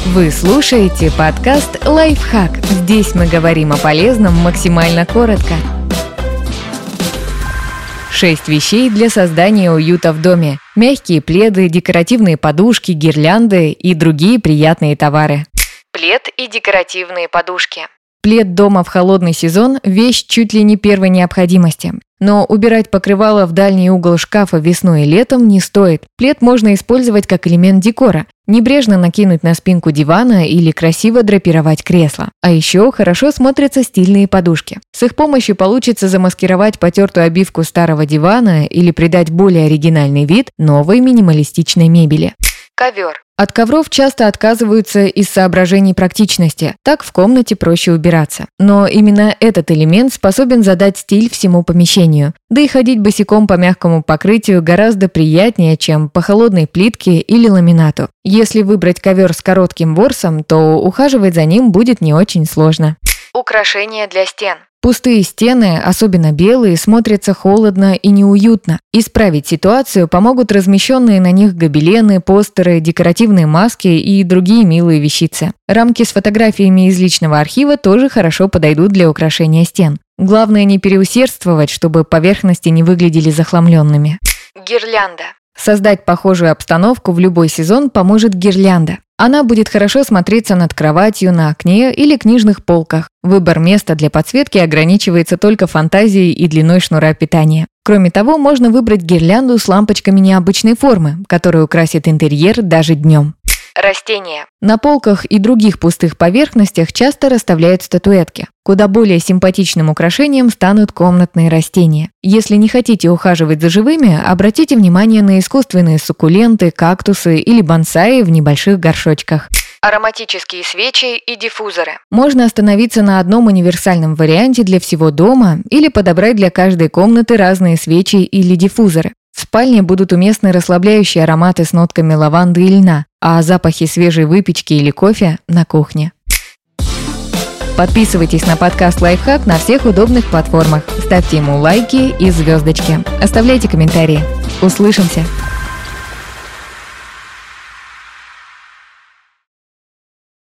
Вы слушаете подкаст «Лайфхак». Здесь мы говорим о полезном максимально коротко. 6 вещей для создания уюта в доме. Мягкие пледы, декоративные подушки, гирлянды и другие приятные товары. Плед и декоративные подушки. Плед дома в холодный сезон – вещь чуть ли не первой необходимости. Но убирать покрывало в дальний угол шкафа весной и летом не стоит. Плед можно использовать как элемент декора. Небрежно накинуть на спинку дивана или красиво драпировать кресло. А еще хорошо смотрятся стильные подушки. С их помощью получится замаскировать потертую обивку старого дивана или придать более оригинальный вид новой минималистичной мебели. Ковер. От ковров часто отказываются из соображений практичности, так в комнате проще убираться. Но именно этот элемент способен задать стиль всему помещению. Да и ходить босиком по мягкому покрытию гораздо приятнее, чем по холодной плитке или ламинату. Если выбрать ковер с коротким ворсом, то ухаживать за ним будет не очень сложно. Украшения для стен. Пустые стены, особенно белые, смотрятся холодно и неуютно. Исправить ситуацию помогут размещенные на них гобелены, постеры, декоративные маски и другие милые вещицы. Рамки с фотографиями из личного архива тоже хорошо подойдут для украшения стен. Главное не переусердствовать, чтобы поверхности не выглядели захламленными. Гирлянда. Создать похожую обстановку в любой сезон поможет гирлянда. Она будет хорошо смотреться над кроватью, на окне или книжных полках. Выбор места для подсветки ограничивается только фантазией и длиной шнура питания. Кроме того, можно выбрать гирлянду с лампочками необычной формы, которая украсит интерьер даже днем. Растения. На полках и других пустых поверхностях часто расставляют статуэтки. Куда более симпатичным украшением станут комнатные растения. Если не хотите ухаживать за живыми, обратите внимание на искусственные суккуленты, кактусы или бонсаи в небольших горшочках. Ароматические свечи и диффузоры. Можно остановиться на одном универсальном варианте для всего дома или подобрать для каждой комнаты разные свечи или диффузоры. В спальне будут уместны расслабляющие ароматы с нотками лаванды и льна, а запахи свежей выпечки или кофе на кухне. Подписывайтесь на подкаст «Лайфхак» на всех удобных платформах. Ставьте ему лайки и звездочки. Оставляйте комментарии. Услышимся!